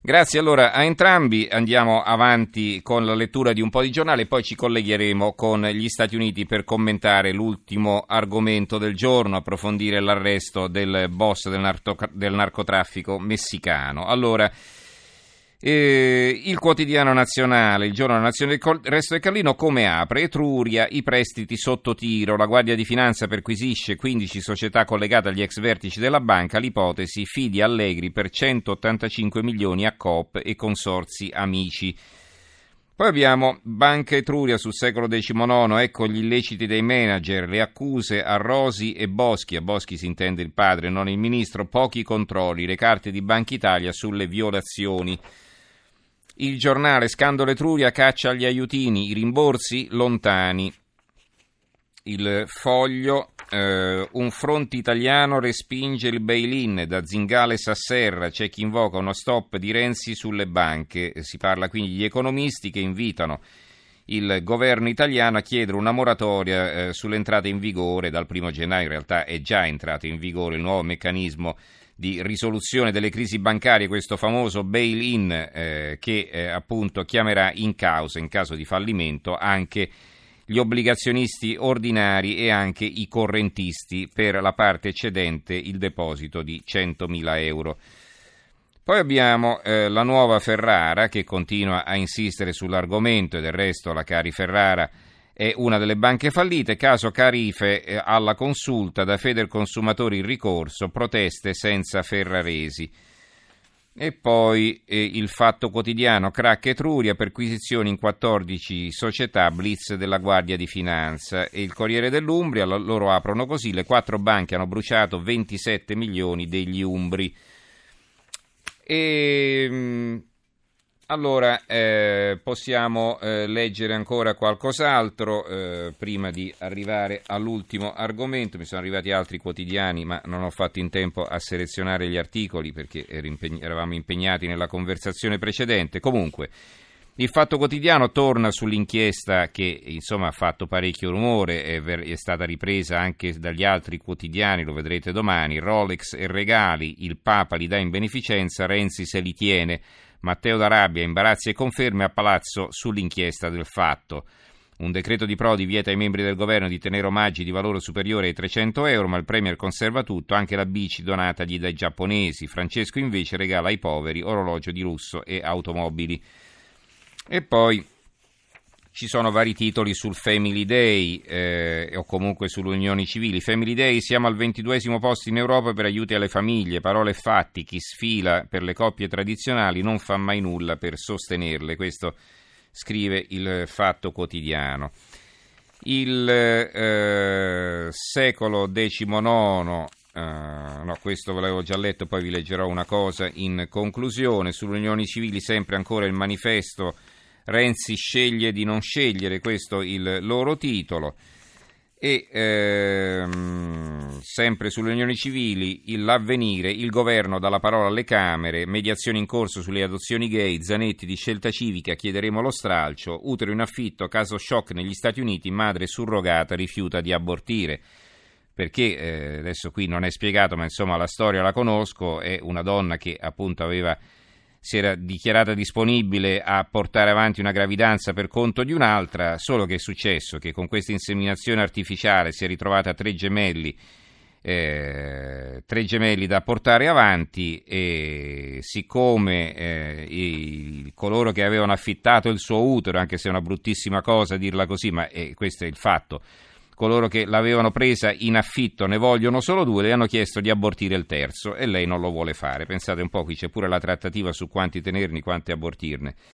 Grazie allora a entrambi, andiamo avanti con la lettura di un po' di giornale e poi ci collegheremo con gli Stati Uniti per commentare l'ultimo argomento del giorno, approfondire l'arresto del boss del narcotraffico messicano. Allora, il quotidiano nazionale, il giorno della nazione del Resto del Carlino, come apre? Etruria, i prestiti sotto tiro, la Guardia di Finanza perquisisce 15 società collegate agli ex vertici della banca, l'ipotesi Fidi Allegri per 185 milioni a Coop e consorzi amici. Poi abbiamo Banca Etruria sul secolo XIX, ecco gli illeciti dei manager, le accuse a Rosi e Boschi, a Boschi si intende il padre, non il ministro, pochi controlli, le carte di Banca Italia sulle violazioni. Il giornale, scandalo Etruria, caccia agli aiutini, i rimborsi lontani. Il Foglio, un fronte italiano respinge il bail-in, da Zingales a Serra, c'è chi invoca uno stop di Renzi sulle banche. Si parla quindi di economisti che invitano il governo italiano a chiedere una moratoria sull'entrata in vigore dal 1 gennaio, in realtà è già entrato in vigore il nuovo meccanismo di risoluzione delle crisi bancarie, questo famoso bail-in che appunto chiamerà in causa, in caso di fallimento, anche gli obbligazionisti ordinari e anche i correntisti per la parte eccedente il deposito di 100.000 euro. Poi abbiamo la nuova Ferrara che continua a insistere sull'argomento e del resto la Cari Ferrara è una delle banche fallite, caso Carife alla consulta, da Federconsumatori il ricorso, proteste senza ferraresi. E poi il Fatto Quotidiano, crack Etruria, perquisizioni in 14 società, blitz della Guardia di Finanza. E il Corriere dell'Umbria, loro aprono così, le 4 banche hanno bruciato 27 milioni degli umbri. Allora, possiamo leggere ancora qualcos'altro prima di arrivare all'ultimo argomento. Mi sono arrivati altri quotidiani, ma non ho fatto in tempo a selezionare gli articoli perché eravamo impegnati nella conversazione precedente. Comunque, il Fatto Quotidiano torna sull'inchiesta che insomma ha fatto parecchio rumore, è stata ripresa anche dagli altri quotidiani, lo vedrete domani. Rolex e regali, il Papa li dà in beneficenza, Renzi se li tiene. Matteo D'Arabia, imbarazzi e conferme a Palazzo sull'inchiesta del Fatto. Un decreto di Prodi vieta ai membri del governo di tenere omaggi di valore superiore ai 300 euro, ma il Premier conserva tutto, anche la bici donatagli dai giapponesi. Francesco invece regala ai poveri orologio di lusso e automobili. E poi ci sono vari titoli sul Family Day o comunque sulle unioni civili. Family Day, siamo al 22esimo posto in Europa per aiuti alle famiglie, parole e fatti, chi sfila per le coppie tradizionali non fa mai nulla per sostenerle, questo scrive il Fatto Quotidiano. Il Secolo XIX, no, questo ve l'avevo già letto, poi vi leggerò una cosa in conclusione. Sulle unioni civili sempre ancora il Manifesto, Renzi sceglie di non scegliere, questo il loro titolo. E sempre sulle unioni civili l'Avvenire, il governo dà la parola alle Camere, mediazioni in corso sulle adozioni gay, Zanetti di Scelta Civica, chiederemo lo stralcio, utero in affitto, caso shock negli Stati Uniti, madre surrogata rifiuta di abortire. Perché adesso qui non è spiegato, ma insomma la storia la conosco, è una donna che appunto si era dichiarata disponibile a portare avanti una gravidanza per conto di un'altra, solo che è successo che con questa inseminazione artificiale si è ritrovata 3 gemelli da portare avanti, e siccome coloro che avevano affittato il suo utero, anche se è una bruttissima cosa dirla così, ma questo è il fatto, coloro che l'avevano presa in affitto ne vogliono solo 2, le hanno chiesto di abortire il terzo e lei non lo vuole fare. Pensate un po', qui c'è pure la trattativa su quanti tenerne, quanti abortirne.